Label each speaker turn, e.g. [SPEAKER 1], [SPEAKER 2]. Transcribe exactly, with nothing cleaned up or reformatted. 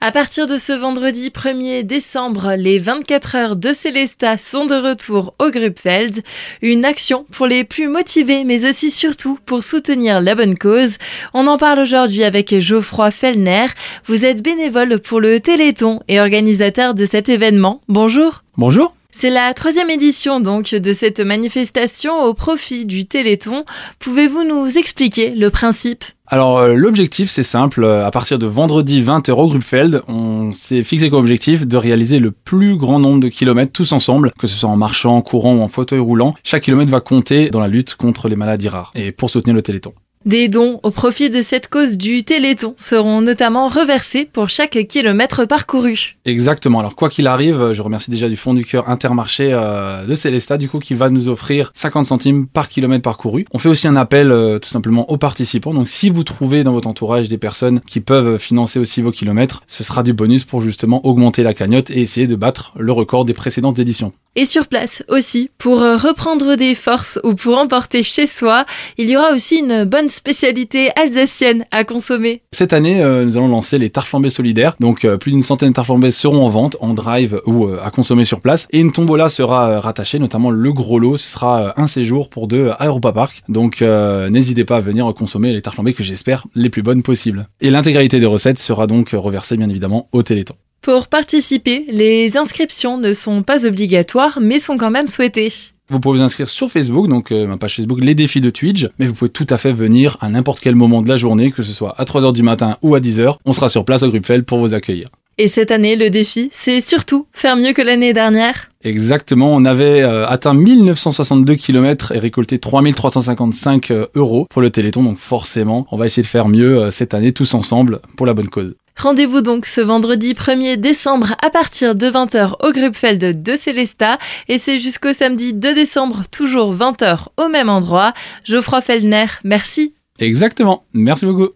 [SPEAKER 1] À partir de ce vendredi premier décembre, les vingt-quatre heures de Célestat sont de retour au Grubfeld. Une action pour les plus motivés, mais aussi surtout pour soutenir la bonne cause. On en parle aujourd'hui avec Geoffroy Fellner. Vous êtes bénévole pour le Téléthon et organisateur de cet événement. Bonjour.
[SPEAKER 2] Bonjour.
[SPEAKER 1] C'est la troisième édition donc de cette manifestation au profit du Téléthon. Pouvez-vous nous expliquer le principe ?
[SPEAKER 2] Alors euh, l'objectif c'est simple, à partir de vendredi vingt heures au Grubfeld, on s'est fixé comme objectif de réaliser le plus grand nombre de kilomètres tous ensemble, que ce soit en marchant, en courant ou en fauteuil roulant. Chaque kilomètre va compter dans la lutte contre les maladies rares et pour soutenir le Téléthon.
[SPEAKER 1] Des dons au profit de cette cause du Téléthon seront notamment reversés pour chaque kilomètre parcouru.
[SPEAKER 2] Exactement. Alors quoi qu'il arrive, je remercie déjà du fond du cœur Intermarché euh, de Célestat du coup qui va nous offrir cinquante centimes par kilomètre parcouru. On fait aussi un appel euh, tout simplement aux participants. Donc si vous trouvez dans votre entourage des personnes qui peuvent financer aussi vos kilomètres, ce sera du bonus pour justement augmenter la cagnotte et essayer de battre le record des précédentes éditions.
[SPEAKER 1] Et sur place aussi, pour reprendre des forces ou pour emporter chez soi, il y aura aussi une bonne spécialité alsacienne à consommer.
[SPEAKER 2] Cette année, euh, nous allons lancer les tartes flambées solidaires. Donc euh, plus d'une centaine de tartes flambées seront en vente, en drive ou euh, à consommer sur place. Et une tombola sera euh, rattachée, notamment le gros lot. Ce sera euh, un séjour pour deux à Europa Park. Donc euh, n'hésitez pas à venir consommer les tartes flambées que j'espère les plus bonnes possibles. Et l'intégralité des recettes sera donc reversée bien évidemment au Téléthon.
[SPEAKER 1] Pour participer, les inscriptions ne sont pas obligatoires, mais sont quand même souhaitées.
[SPEAKER 2] Vous pouvez vous inscrire sur Facebook, donc euh, ma page Facebook Les Défis de Twitch, mais vous pouvez tout à fait venir à n'importe quel moment de la journée, que ce soit à trois heures du matin ou à dix heures. On sera sur place au Grubfeld pour vous accueillir.
[SPEAKER 1] Et cette année, le défi, c'est surtout faire mieux que l'année dernière.
[SPEAKER 2] Exactement, on avait euh, atteint mille neuf cent soixante-deux kilomètres et récolté trois mille trois cent cinquante-cinq euh, euros pour le Téléthon, donc forcément, on va essayer de faire mieux euh, cette année tous ensemble pour la bonne cause.
[SPEAKER 1] Rendez-vous donc ce vendredi premier décembre à partir de vingt heures au Grubfeld de Célestat et c'est jusqu'au samedi deux décembre, toujours vingt heures au même endroit. Geoffroy Fellner, merci.
[SPEAKER 2] Exactement, merci beaucoup.